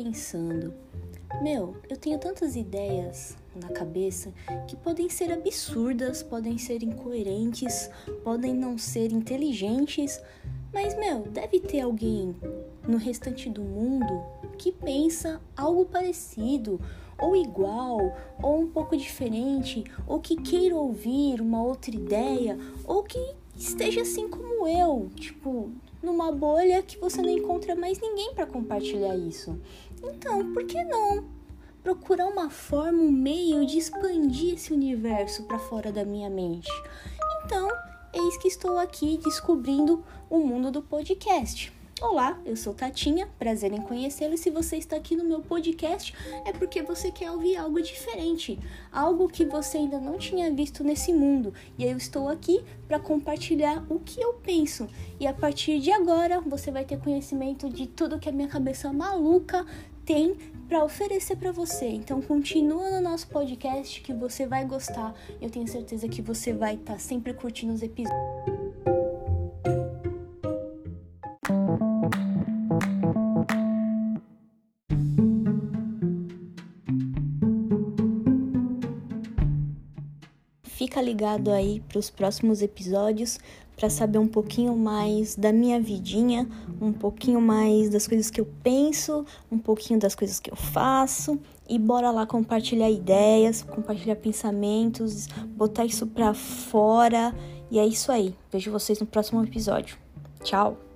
pensando, eu tenho tantas ideias na cabeça que podem ser absurdas, podem ser incoerentes, podem não ser inteligentes, mas, deve ter alguém no restante do mundo que pensa algo parecido, ou igual, ou um pouco diferente, ou que queira ouvir uma outra ideia, ou que esteja assim como eu, numa bolha que você não encontra mais ninguém para compartilhar isso. Então, por que não procurar uma forma, um meio de expandir esse universo para fora da minha mente? Então, eis que estou aqui descobrindo o mundo do podcast. Olá, eu sou Tatinha, prazer em conhecê-lo, e se você está aqui no meu podcast é porque você quer ouvir algo diferente, algo que você ainda não tinha visto nesse mundo, e eu estou aqui para compartilhar o que eu penso, e a partir de agora você vai ter conhecimento de tudo que a minha cabeça maluca tem para oferecer para você. Então continua no nosso podcast que você vai gostar, eu tenho certeza que você vai estar sempre curtindo os episódios. Fica ligado aí para os próximos episódios para saber um pouquinho mais da minha vidinha, um pouquinho mais das coisas que eu penso, um pouquinho das coisas que eu faço, e bora lá compartilhar ideias, compartilhar pensamentos, botar isso para fora, e é isso aí. Vejo vocês no próximo episódio. Tchau!